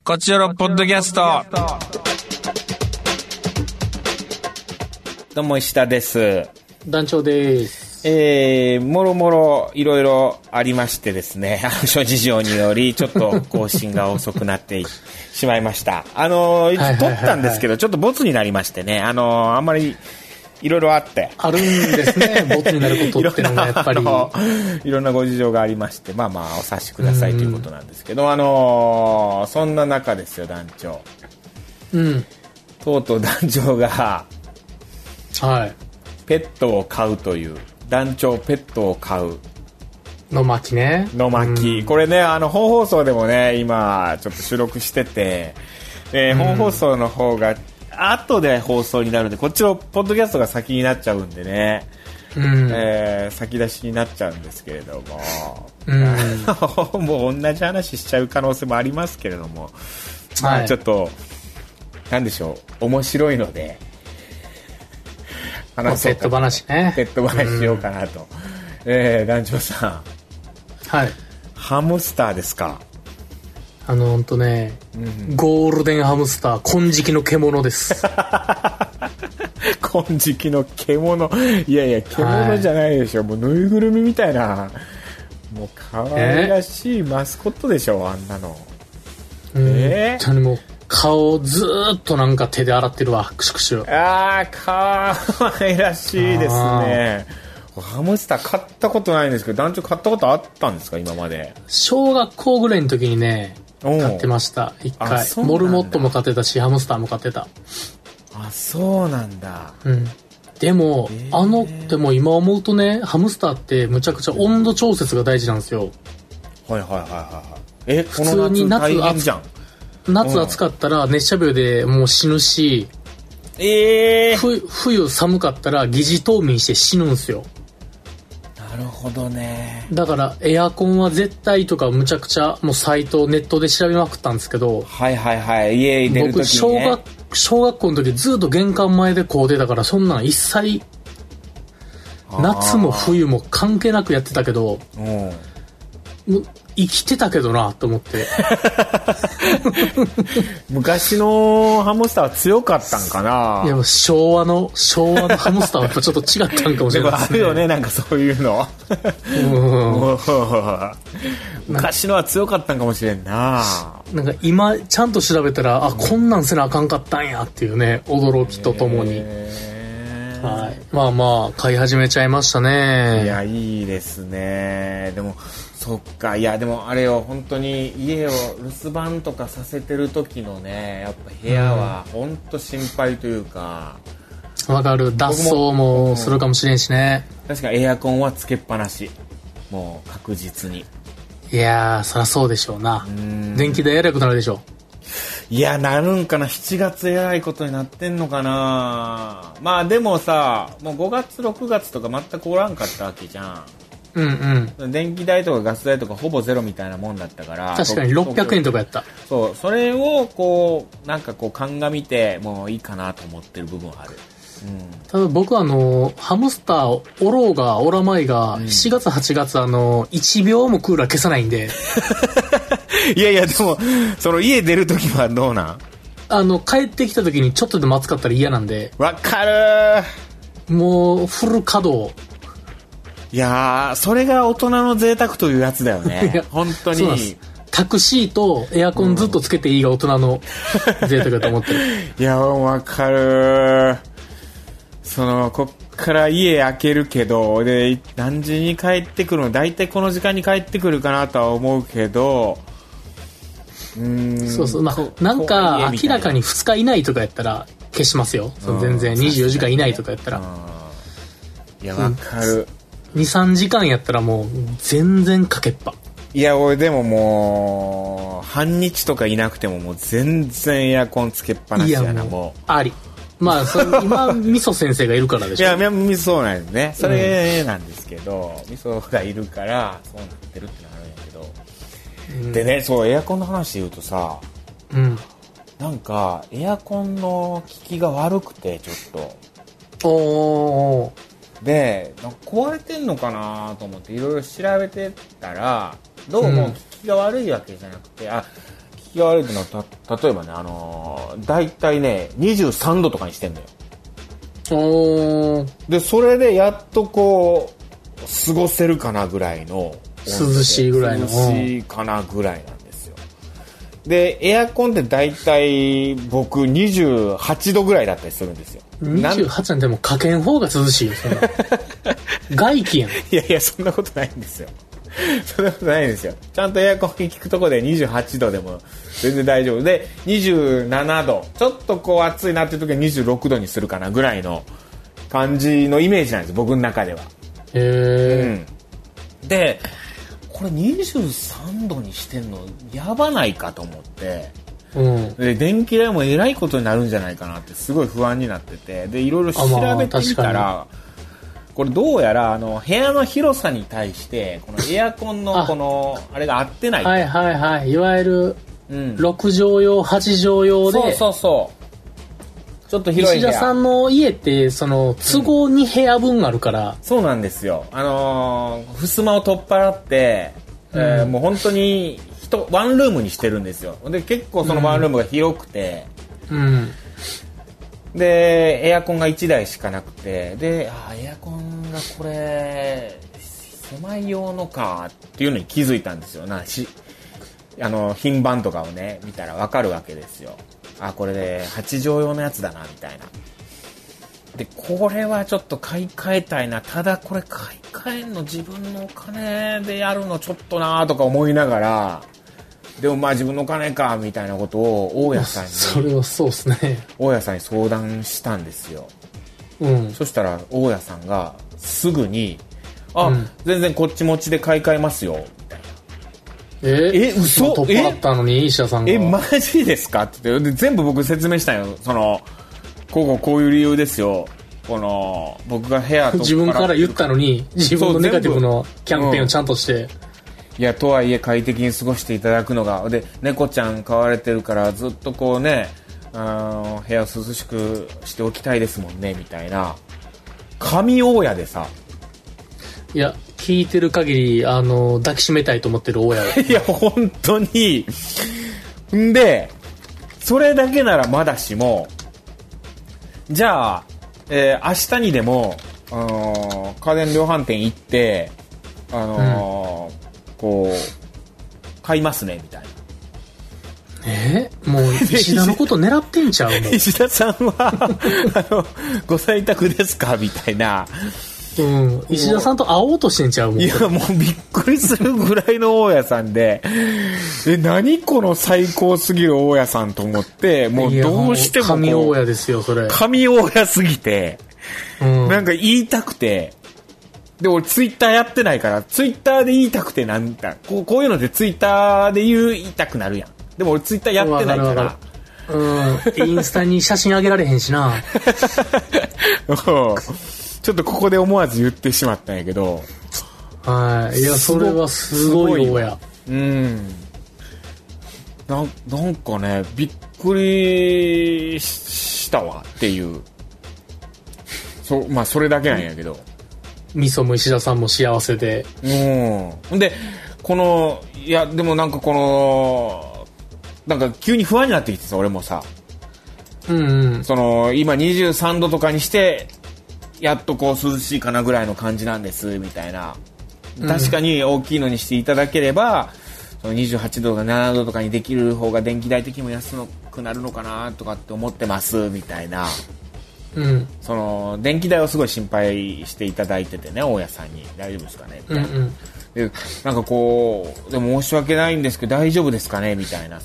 こちらのポッドキャスト。 どうも石田です。 団長です。 もろもろいろいろありましてですね、諸事情によりちょっと更新が遅くなってしまいました。撮ったんですけどちょっとボツになりましてね、あんまりいろいろあってあるんですね。ボツになることってのがやっぱりいろんなご事情がありまして、まあまあお察しくださいということなんですけど、そんな中ですよ団長。とうとう団長がペットを飼うという団長ペットを飼うの巻ね。 の巻、これね本放送でもね今ちょっと収録してて、本放送の方が後で放送になるんで、こっちのポッドキャストが先になっちゃうんでね、先出しになっちゃうんですけれども、もう同じ話しちゃう可能性もありますけれども、まあちょっとなんでしょう、面白いのでペット話ね。 ペット話しようかなと。団長さん、ハムスターですか？ ほんとね、ゴールデンハムスター、金色の獣です。 金色の獣、いやいや獣じゃないでしょ、もうぬいぐるみみたいな、もう可愛らしいマスコットでしょ、あんなの。 本当にもう顔ずーっとなんか手で洗ってるわ、クシュクシュ。 可愛らしいですね。ハムスター買ったことないんですけど、団長買ったことあったんですか今まで？ 小学校ぐらいの時にね買ってました、一回。モルモットも買ってたし、ハムスターも買ってた。 あ、そうなんだ。 でも、でも今思うとね、ハムスターってむちゃくちゃ温度調節が大事なんですよ。普通に夏暑かったら熱射病でもう死ぬし、冬寒かったら疑似冬眠して死ぬんですよ。 なるほどね。 だからエアコンは絶対とかむちゃくちゃもうサイトネットで調べまくったんですけど、 家出る時にね、 僕小学校の時ずっと玄関前でこう出たから、そんなん一切夏も冬も関係なくやってたけど、生きてたけどなと思って昔のハムスターは強かったんかな。 いや、昭和のハムスターはやっぱちょっと違ったんかもしれないですね。 あるよね、なんかそういうの昔のは強かったんかもしれんな。 なんか今ちゃんと調べたら、こんなんせなあかんかったんやっていうね、驚きとともに、まあまあ買い始めちゃいましたね。 いや、いいですね。でもそっか、いやでもあれよ、本当に家を留守番とかさせてる時のね、やっぱ部屋は本当心配というか、 わかる。脱走もするかもしれんしね。 確かエアコンはつけっぱなし、もう確実に。 いやー、そりゃそうでしょうな。電気代えらいことなるでしょ。 いや、なるんかな。7月えらいことになってんのかな。まあでもさ、もう5月6月とか全くおらんかったわけじゃん。電気代とかガス代とかほぼゼロみたいなもんだったから。 確かに600円とかやった。 そう、それをこうなんかこう鑑みてもういいかなと思ってる部分はある。 ただ僕はハムスターおろうがおらまいが、7月8月1秒もクーラー消さないんでいやいや、でもその家出るときはどうなん？ 帰ってきた時にちょっとでも暑かったら嫌なんで。 わかる。 もうフル稼働。 いやー、それが大人の贅沢というやつだよね。本当に。 タクシーとエアコンずっとつけていいが大人の贅沢だと思ってる。 いや、わかる。こっから家開けるけど、で何時に帰ってくるの、大体この時間に帰ってくるかなとは思うけど、 そう、なんか明らかに2日以内とかやったら消しますよ。全然24時間以内とかやったら。 いや、わかる。 2、3時間やったらもう全然かけっぱ。 いや、俺でももう半日とかいなくてももう全然エアコンつけっぱなしやな。もうあり。まあ今味噌先生がいるからでしょ。 いや、味噌そうなんですね。それなんですけど、味噌がいるからそうなってるってのがあるんやけど、でね、そうエアコンの話で言うとさ、なんかエアコンの効きが悪くてちょっとで壊れてんのかなと思っていろいろ調べてたら、どうも効きが悪いわけじゃなくて、効き気が悪いってのは、例えばね、だいたいね、23度とかにしてんのよ。で、それでやっとこう、過ごせるかなぐらいの。 涼しいぐらいの。 涼しいかなぐらいなんですよ。で、エアコンってだいたい僕28度ぐらいだったりするんですよ。 28なんでもかけん方が涼しいよ、そんな。外気やん。 いやいや、そんなことないんですよ。そんなことないんですよ。ちゃんとエアコンに効くとこで28度でも全然大丈夫で、27度ちょっとこう暑いなっていう時は26度にするかなぐらいの感じのイメージなんです、僕の中では。でこれ23度にしてんのやばないかと思って、で電気代もえらいことになるんじゃないかなってすごい不安になってて、でいろいろ調べてみたら、これどうやら部屋の広さに対してこのエアコンのこのあれが合ってない。 はいはいはい、いわゆる6畳用8畳用で、 そうちょっと広い部屋。 石田さんの家ってその都合2部屋分あるから、 そうなんですよ。襖を取っ払って、もう本当にワンルームにしてるんですよ。で結構そのワンルームが広くて、でエアコンが1台しかなくて、でエアコンがこれ狭い用のかっていうのに気づいたんですよ。品番とかをね見たら分かるわけですよ。これで8畳用のやつだなみたいな。でこれはちょっと買い替えたいな、ただこれ買い替えんの自分のお金でやるのちょっとなとか思いながら、でも自分のお金かみたいなことを大家さんにそれはそうですね、 大家さんに相談したんですよ。そしたら大家さんがすぐに全然こっち持ちで買い替えますよみたいな。嘘？ トップだったのに石田さんがマジですかって言って、で全部僕説明したんよ。こういう理由ですよ。僕が部屋と自分から言ったのに自分のネガティブのキャンペーンをちゃんとして、 いやとはいえ快適に過ごしていただくのがで、猫ちゃん飼われてるからずっとこうね部屋を涼しくしておきたいですもんねみたいな神大家でさ。 いや聞いてる限り抱きしめたいと思ってる大家いや本当にでそれだけならまだしも、じゃあ、明日にでも家電量販店行ってこう買いますねみたいな。 もう石田のこと狙ってんちゃうの？ 石田さんはご在宅ですかみたいな。 石田さんと会おうとしてんちゃうもん。 いやもうびっくりするぐらいの大家さんで何この最高すぎる大家さんと思って、もうどうしても神大家ですよそれ。 神大家すぎて、なんか言いたくて、で俺ツイッターやってないからツイッターで言いたくて、なんかこういうのでツイッターで言いたくなるやん。でも俺ツイッターやってないから、 インスタに写真あげられへんしな。 ちょっとここで思わず言ってしまったんやけど、 いやそれはすごい大家。 なんかねびっくりしたわっていう。それだけなんやけど、 みそも石田さんも幸せで。 でいやでもなんかなんか急に不安になってきてさ、俺もさ、今23度とかにしてやっとこう涼しいかなぐらいの感じなんですみたいな。確かに大きいのにしていただければ、その28度が7度とかにできる方が電気代的にも安くなるのかなとかって思ってますみたいな。電気代をすごい心配していただいててね、大家さんに大丈夫ですかねみたいな。でなんかこうでも申し訳ないんですけど大丈夫ですかねみたいな、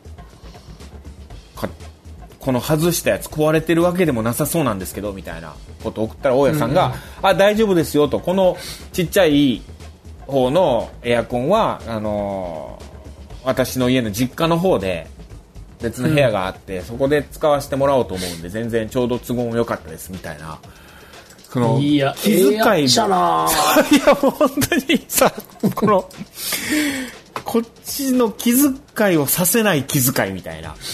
この外したやつ壊れてるわけでもなさそうなんですけどみたいなことを送ったら、大家さんが、大丈夫ですよと、このちっちゃい方のエアコンは私の家の実家の方で別の部屋があって、そこで使わせてもらおうと思うんで全然ちょうど都合も良かったですみたいな。 いや気遣いも、いやもう本当にさ、こっちの気遣いをさせない気遣いみたいな。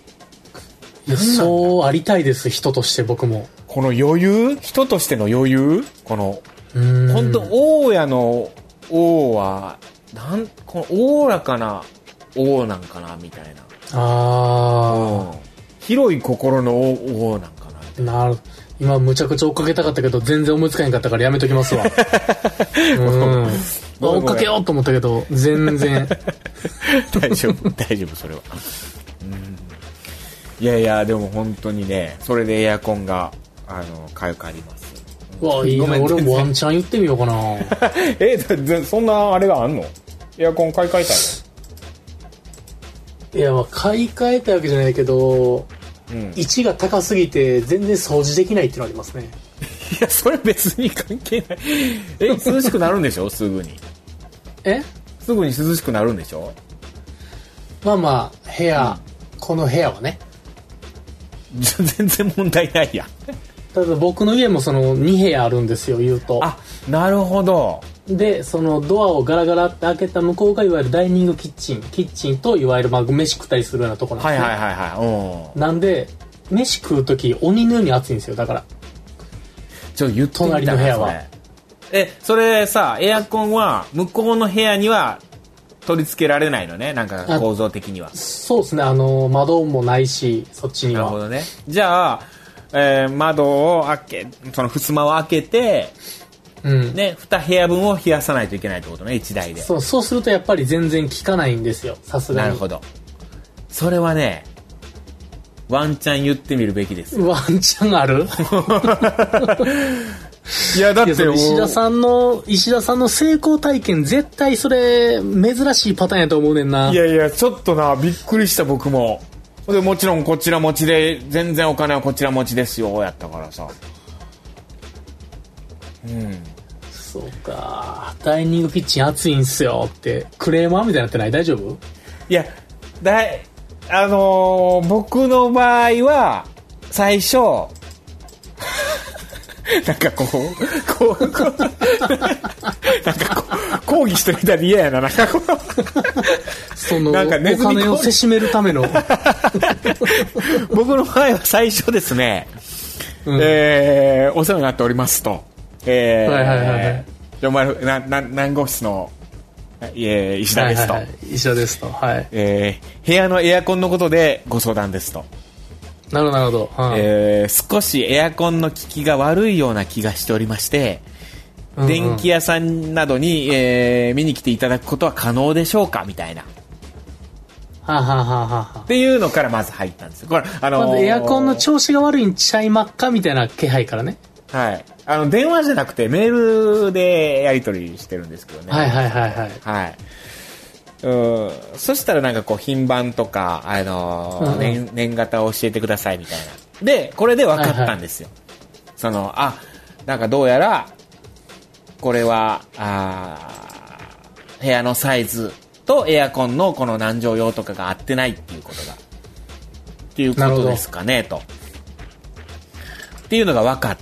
そうありたいです、人として。僕もこの余裕、人としての余裕、本当大家の王はこのおおらかな王なんかなみたいな。 広い心の王なんかな。なる。今むちゃくちゃ追っかけたかったけど全然思いつかへんかったからやめときますわ。追っかけようと思ったけど全然。 大丈夫それは。いやいやでも本当にね、それでエアコンが買い替わります。 わあいいな。俺もワンチャン言ってみようかな。 そんなあれがあんの？エアコン買い替えたいの？ いや、まあ買い替えたわけじゃないけど、位置が高すぎて全然掃除できないっていうのありますね。 いやそれ別に関係ない。涼しくなるんでしょ？すぐに。すぐに涼しくなるんでしょ？ まあまあ部屋、この部屋はね。 全然問題ないやん。 ただ僕の家もその2部屋あるんですよ、言うと。 あ、なるほど。 でそのドアをガラガラって開けた向こうがいわゆるダイニングキッチンといわゆるまあ飯食ったりするようなところなんですね。はい。なんで飯食う時鬼のように暑いんですよ。だから言ってみた隣の部屋はそれさ、エアコンは向こうの部屋には取り付けられないのね、なんか構造的には。 そうですね、窓もないしそっちには。 なるほどね。じゃあ、窓をその襖を開けて、ね、2部屋分を冷やさないといけないってことね、1台で。 そうするとやっぱり全然効かないんですよ、さすがに。 なるほど。それはね、ワンチャン言ってみるべきです。 ワンチャンある？ いやだって石田さんの成功体験絶対それ珍しいパターンやと思うねんな。 いやちょっとな、びっくりした僕も。でもちろんこちら持ちで、全然お金はこちら持ちですよやったからさ。 そうか、ダイニングキッチン暑いんすよってクレーマーみたいになってない？大丈夫？ いや僕の場合は最初なんかこうなんか抗議してるみたいで嫌やな、なんかこうそのなんかお金をせしめるための僕の場合は最初ですね、お世話になっておりますと、お前何号室の石田ですと、 石田ですと、 部屋のエアコンのことでご相談ですと。 なるほど、 少しエアコンの効きが悪いような気がしておりまして、電気屋さんなどに、見に来ていただくことは可能でしょうかみたいな、っていうのからまず入ったんですよ。これまずエアコンの調子が悪いんちゃいまっかみたいな気配からね。 はい。電話じゃなくてメールでやり取りしてるんですけどね。はい。そしたらなんかこう品番とか、年型を教えてくださいみたいな。で、これで分かったんですよ。なんかどうやら、これは、部屋のサイズとエアコンのこの何畳用とかが合ってないっていうことですかね、と。っていうのが分かって、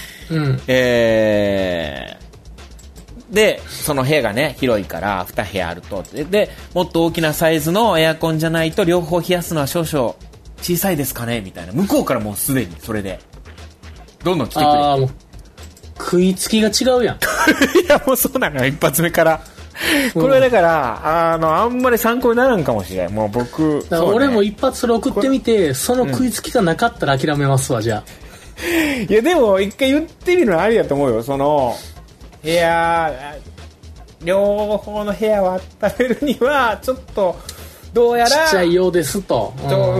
でその部屋がね広いから2部屋あると、でもっと大きなサイズのエアコンじゃないと両方冷やすのは少々小さいですかねみたいな、向こうからもうすでにそれでどんどん来てくれ。 もう食いつきが違うやん。 いやもうそうなのよ、一発目から。これはだからあんまり参考にならんかもしれない。もう僕だから俺も一発それ送ってみて、その食いつきがなかったら諦めますわ、じゃあ。 いやでも一回言ってみるのはありだと思うよ。その部屋両方の部屋を温めるにはちょっとどうやらちっちゃいようですと。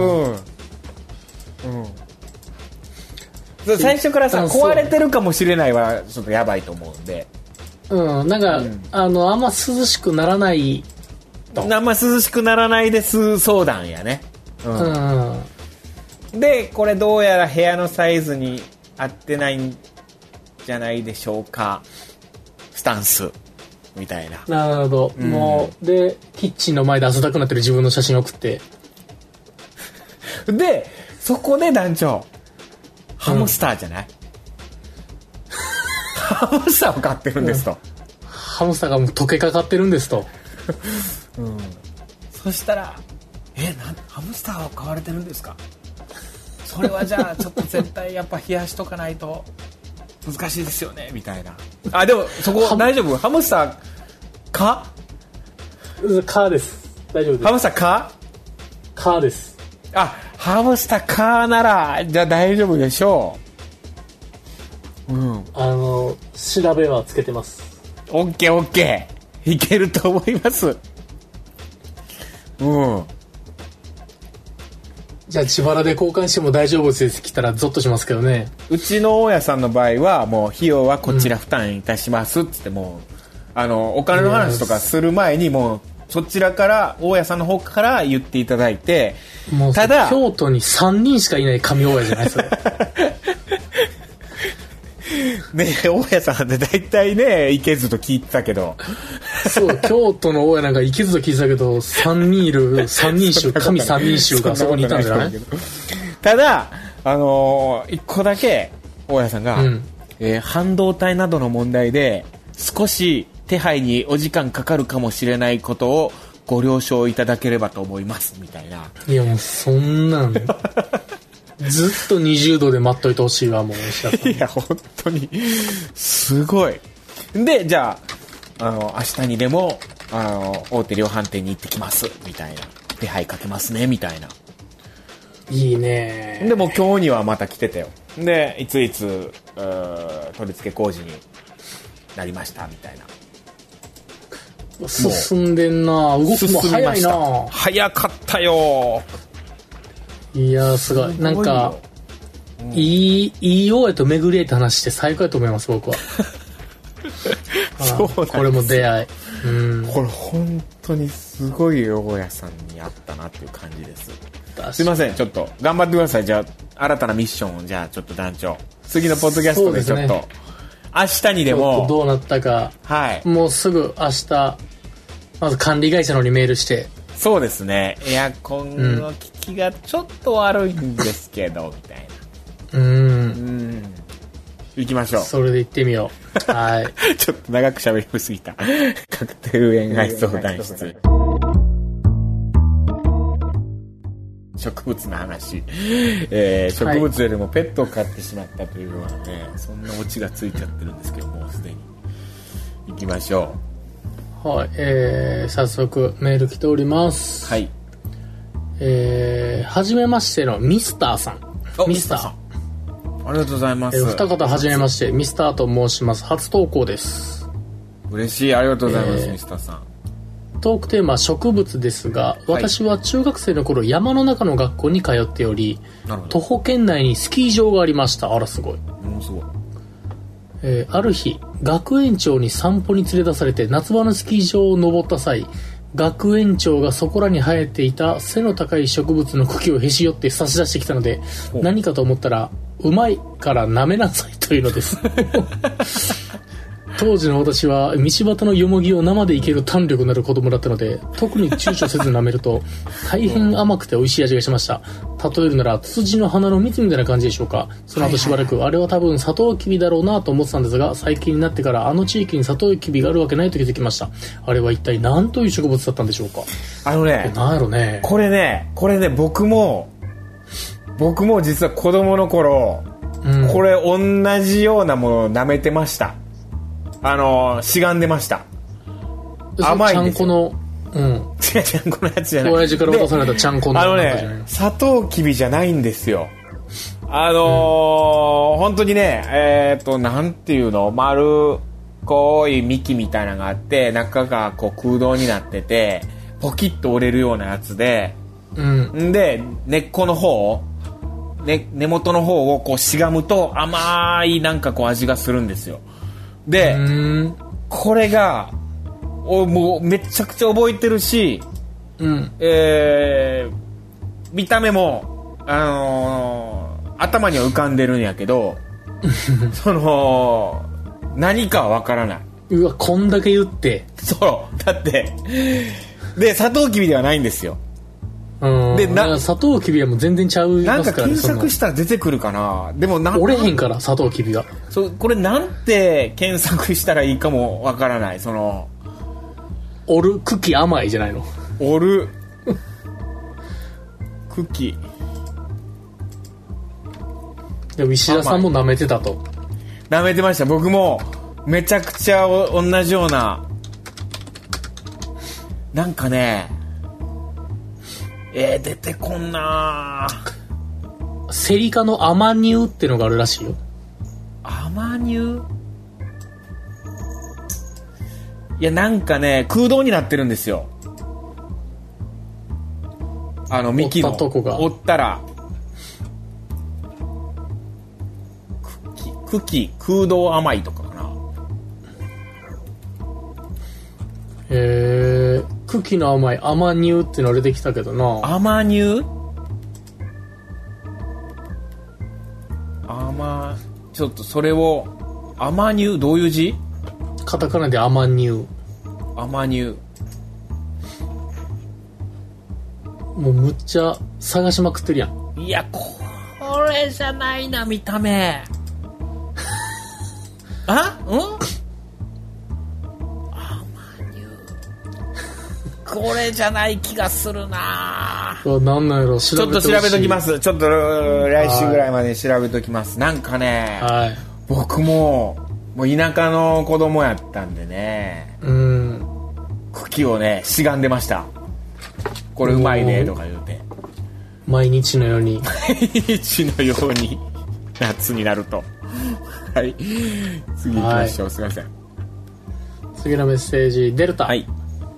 最初からさ壊れてるかもしれないはちょっとやばいと思うんで、 なんか、あんま涼しくならないと。 あんま涼しくならないです相談やね。でこれどうやら部屋のサイズに合ってないんじゃないでしょうかスタンスみたいな。 なるほど、もうでキッチンの前で汗だくなってる自分の写真送ってでそこで団長ハムスターじゃない、ハムスターを飼ってるんですと、 ハムスターがもう溶けかかってるんですと、 そしたらハムスターを飼われてるんですか、それはじゃあちょっと絶対やっぱ冷やしとかないと難しいですよねみたいな。でもそこ大丈夫？ハムスターかです。 大丈夫です。 ハムスターカーです。 あ、ハムスターカーならじゃあ大丈夫でしょう。うん。 調べはつけてます。 オッケーオッケー、いけると思います。うん。 じゃあ自腹で交換しても大丈夫ですって来たらゾッとしますけどね。 うちの大家さんの場合はもう費用はこちら負担いたしますっつって、もうお金の話とかする前にもうそちらから大家さんの方から言っていただいて、 もうただ京都に3人しかいない神大家じゃないですか。 ねえ、大家さんって大体ね、行けずと聞いてたけど。 そう、京都の大家なんか行けずと聞いてたけど、3人いる、3人衆、神3人衆がそこにいたんじゃない？ ただ、一個だけ、大家さんが、半導体などの問題で、少し手配にお時間かかるかもしれないことをご了承いただければと思います、みたいな。 いや、もうそんなんずっと20度で待っといてほしいわ、もう。 いや、本当にすごい。で、じゃあ明日にでも大手量販店に行ってきますみたいな、手配かけますねみたいな。 いいね。 でも今日にはまた来てたよ。で、いついつ取り付け工事になりましたみたいな。 進んでんな。動きも早いな。 早かったよ。 いやー、すごい。なんか、いい大家と巡り合いって話して最高だと思います、僕は。 そうなんです。 これも出会い。 これ本当にすごい大家さんに会ったなっていう感じです。すいません、ちょっと頑張ってください。じゃあ新たなミッションを、じゃあちょっと団長、次のポッドキャストでちょっと、明日にでもどうなったか、はい、もうすぐ明日まず管理会社のにメールして、 そうですね、エアコンの効きがちょっと悪いんですけど、みたいな。行きましょう。 それで行ってみよう。はい。 ちょっと長く喋りすぎた。カクテル恋愛相談室。植物の話。植物よりもペットを飼ってしまったというのはね、そんなオチがついちゃってるんですけど、もうすでに。行きましょう。はい。早速メール来ております。 はい。 はじめましてのミスターさん。 ミスターさん。ありがとうございます。 二方はじめまして、ミスターと申します。初投稿です。 嬉しい、ありがとうございます、ミスターさん。 トークテーマは植物ですが、私は中学生の頃、山の中の学校に通っており、徒歩圏内にスキー場がありました。あら、すごい。 すごい。 ある日、学園長に散歩に連れ出されて夏場のスキー場を登った際、学園長がそこらに生えていた背の高い植物の茎をへし折って差し出してきたので、何かと思ったら、うまいから舐めなさいというのです。当時の私は道端のよもぎを生でいける胆力のある子供だったので、特に躊躇せず舐めると大変甘くて美味しい味がしました。例えるならツツジの花の蜜みたいな感じでしょうか。その後しばらく、あれは多分サトウキビだろうなと思ってたんですが、最近になってからあの地域にサトウキビがあるわけないと気づきました。あれは一体何という植物だったんでしょうか。 なんやろね。 これね僕も実は子供の頃、これ同じようなものを舐めてました。しがんでました。甘いんですよ。ちゃんこのやつじゃない。 親父から渡されたちゃんこのサトウキビじゃないんですよ。本当にね、なんていうの、丸こい幹みたいなのがあって、中がこう空洞になってて、ポキッと折れるようなやつで、で、根っこの方、根元の方をこうしがむと甘いなんかこう味がするんですよ。で、これがもうめちゃくちゃ覚えてるし、見た目も頭には浮かんでるんやけど何かはわからない。 うわ、こんだけ言って。 そうだってで、サトウキビではないんですよ。 で、サトウキビはもう全然ちゃう。 なんか検索したら出てくるかな。でも折れへんから、サトウキビが。 これなんて検索したらいいかもわからない。 折る茎甘いじゃないの。 折る茎。 でも石田さんも舐めてたと。 舐めてました。僕もめちゃくちゃ同じような、なんかね、 出てこんな。 セリ科のアマニューってのがあるらしいよ。 アマニュー。いや、なんかね、空洞になってるんですよ。幹の折ったとこが。 折ったら茎空洞甘いとかかな。 茎の甘いアマニューっての出てきたけどな。 アマニュー。ちょっとそれをアマニューどういう字？ カタカナでアマニュー。 アマニュー。 もうむっちゃ探しまくってるやん。 いや、これじゃないな、見た目。あ？うん？アマニュー。これじゃない気がするな。 なんなんやろ、 ちょっと調べときます。ちょっと来週ぐらいまで調べときます。なんかね、 はい、 僕もう田舎の子供やったんでね、茎をねしがんでました。これうまいねとか言うて、 毎日のように毎日のように夏になると。はい、次行きましょう。すいません。 次のメッセージ、デルタ。 はい。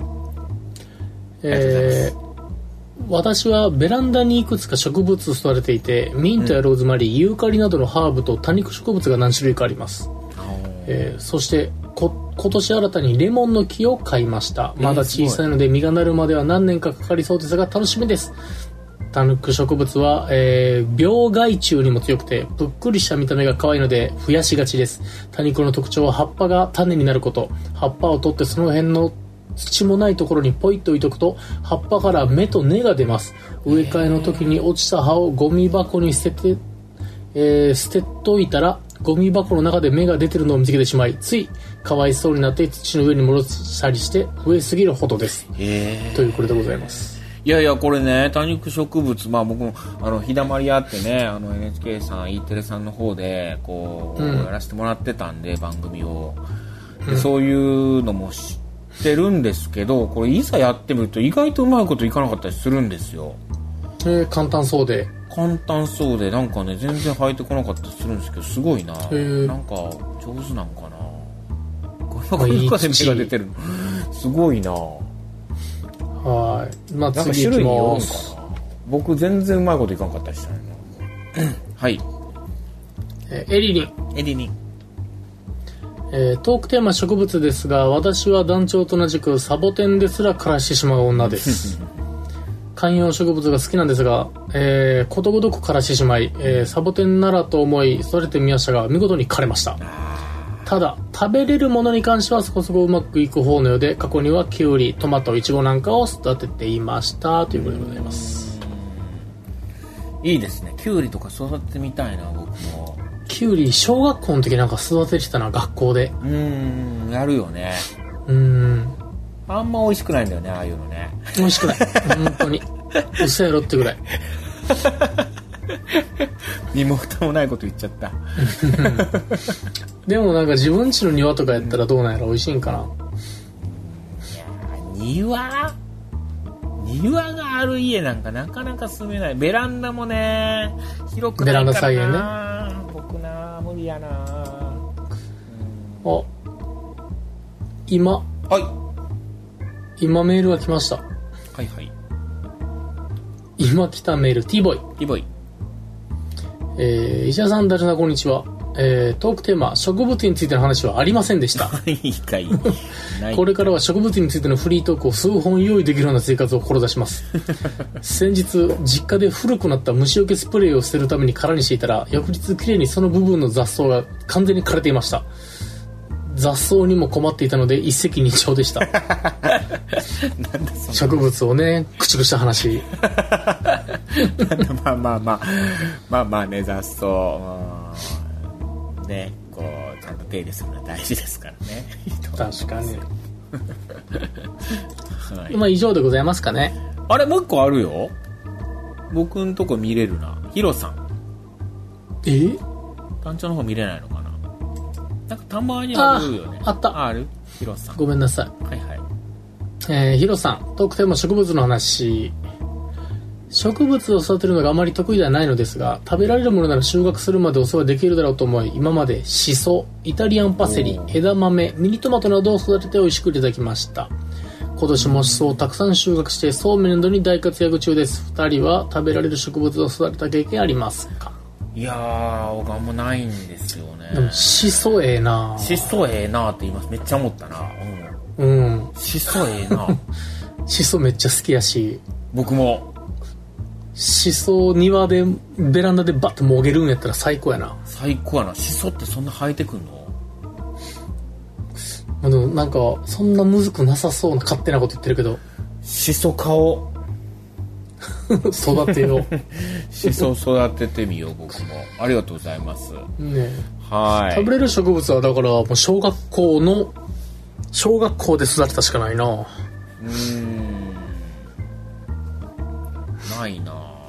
私はベランダにいくつか植物を育てていて、ミントやローズマリー、ユーカリなどのハーブと多肉植物が何種類かあります。そして今年新たにレモンの木を買いました。まだ小さいので実がなるまでは何年かかかりそうですが楽しみです。多肉植物は、病害虫にも強くてぷっくりした見た目が可愛いので増やしがちです。多肉の特徴は葉っぱが種になること。葉っぱを取ってその辺の土もないところにポイッと置いとくと葉っぱから芽と根が出ます。植え替えの時に落ちた葉をゴミ箱に捨てといたらゴミ箱の中で芽が出てるのを見つけてしまい、ついかわいそうになって土の上に戻したりして増えすぎるほどです。というこれでございます。 いやいや、これね、多肉植物、まあ僕も日だまりあってね、NHK さん E テレさんの方でこう、やらせてもらってたんで、番組をで、そういうのも知ってるんですけど、これいざやってみると意外とうまいこといかなかったりするんですよ。 簡単そうでなんかね、全然生えてこなかったりするんですけど、すごいな。なんか上手なんかな。これ中で芽が出てるのすごいな。 はい。まあ次種類によるんかな。僕全然うまいこといかなかったりしたね。はい。 エリリン。トークテーマ植物ですが、私は団長と同じくサボテンですら枯らしてしまう女です。観葉植物が好きなんですが、ことごとく枯らしてしまい、サボテンならと思い育ててみましたが見事に枯れました。ただ食べれるものに関してはそこそこうまくいく方のようで、過去にはキュウリ、トマト、イチゴなんかを育てていましたということでございます。 いいですね。キュウリとか育ててみたいな。僕もキュウリ小学校の時なんか育ててたな、学校で。 やるよね。あんま美味しくないんだよね、ああいうのね。 美味しくない本当に嘘やろってぐらい。 身も蓋もないこと言っちゃったでもなんか自分家の庭とかやったらどうなんやら美味しいんかな。 いや、庭がある家なんかなかなか住めない。ベランダもね広くないからな。ベランダ菜園ね。僕な無理やな。 今メールが来ました。 はいはい。 今来たメール、T ボイ。石田さん、ダルナこんにちは。トークテーマ植物についての話はありませんでした。これからは植物についてのフリートークを数本用意できるような生活を志します。先日実家で古くなった虫除けスプレーを捨てるために空にしていたら、翌日きれいにその部分の雑草が完全に枯れていました。雑草にも困っていたので一石二鳥でした。植物をね駆逐した話。 まあね、雑草ね、こうちゃんと手入れするのは大事ですからね。 確かに。まあ以上でございますかね。 あれもう一個あるよ。僕んとこ見れるな。ヒロさん。団長の方見れないのかな。なんかたまにあるよね。 あった。 ある？ヒロさん。 ごめんなさい。 はいはい。 ヒロさん、トークテーマ植物の話。 植物を育てるのがあまり得意ではないのですが、食べられるものなら収穫するまでお世話できるだろうと思い、今までシソ、イタリアンパセリ、枝豆、ミニトマトなどを育てて美味しくいただきました。今年もシソをたくさん収穫してそうめんなどに大活躍中です。2人は食べられる植物を育てた経験ありますか？ いやー、僕あんまないんですよね。 でもシソええな。 シソええなって言います。めっちゃ思ったな。 うん。 シソええな。 シソめっちゃ好きやし。 僕も。 シソ庭でベランダでバッともげるんやったら最高やな。 最高やな。シソってそんな生えてくんの？ でもなんかそんなむずくなさそうな勝手なこと言ってるけど。 シソ買おう。 育てよう。 シソ育ててみよう。僕もありがとうございます。 ね。 はい。 食べれる植物はだからもう小学校で育てたしかないな。 ないな。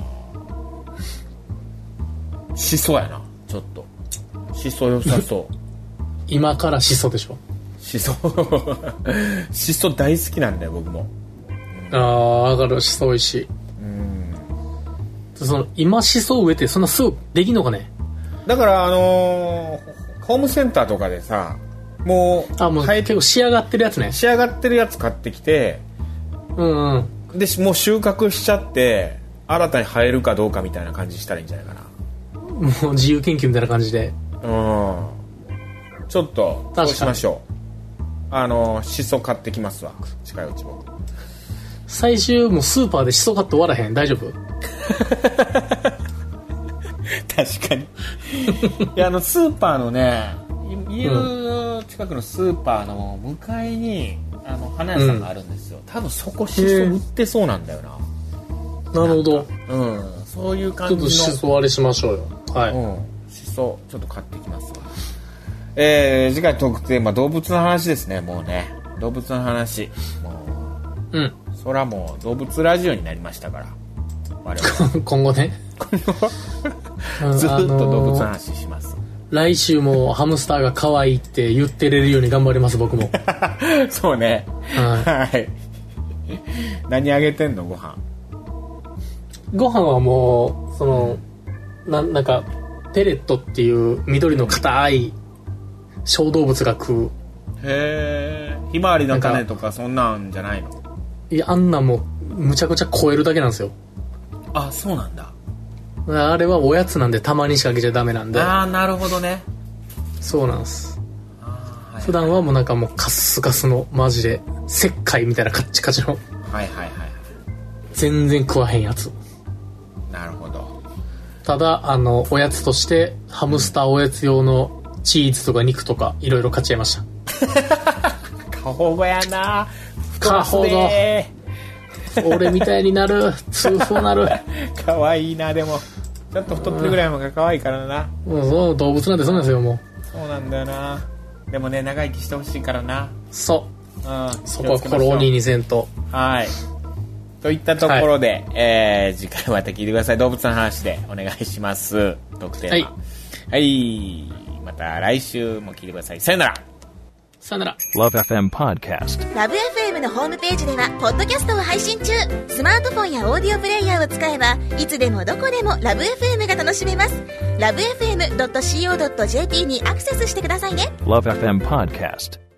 シソやな。ちょっとシソ良さそう。 今からシソでしょ。 シソシソ大好きなんだよ僕も。 だからシソ美味しい。その今シソ植えてそんなすぐできんのかね。 だからホームセンターとかでさ、もう結構仕上がってるやつね。 仕上がってるやつ買ってきて、でもう収穫しちゃって新たに生えるかどうかみたいな感じしたらいいんじゃないかな。 もう自由研究みたいな感じで。 ちょっとそうしましょう。シソ買ってきますわ。近いうち僕。 最終もうスーパーでシソ買って終わらへん？大丈夫？ 確かに。いやスーパーのね、家の近くのスーパーの向かいに花屋さんがあるんですよ。多分そこシソ売ってそうなんだよな。 なるほど。 そういう感じの。 ちょっとシソあれしましょうよ。はい。 シソちょっと買ってきますわ。次回トークテーマ動物の話ですね。もうね動物の話もうそらもう動物ラジオになりましたから我々 今後ねずっと動物の話します。 来週もハムスターが可愛いって言ってれるように頑張ります僕も。 そうね。はい。何あげてんの？ご飯はもうなんかペレットっていう緑の硬い小動物が食う。 へえ。ひまわりの種とかそんなんじゃないの？ いや、あんなもうむちゃくちゃ超えるだけなんですよ。 あ、そうなんだ。 あれはおやつなんでたまにしかあげちゃダメなんで。 なるほどね。 そうなんです。普段はもうなんかもうカスカスのマジで石灰みたいなカッチカチの。全然食わへんやつ。 なるほど。 ただおやつとしてハムスターおやつ用のチーズとか肉とかいろいろ買っちゃいました。 過保護やな。 過保護。俺みたいになる。痛風なる。 可愛いな。でもちょっと太ってるぐらいのが可愛いからな。 そう動物なんてそうなんですよ。もうそうなんだよな。でもね長生きしてほしいからな。 そう、そこは心鬼にせんと。 はいといったところで、次回また聞いてください。動物の話でお願いします。特典ははい、また来週も聞いてください。さよなら。 さよなら。 LoveFM Podcast。 LoveFM のホームページではポッドキャストを配信中。スマートフォンやオーディオプレイヤーを使えばいつでもどこでも LoveFM が楽しめます。 LoveFM.co.jp にアクセスしてくださいね。 LoveFM Podcast。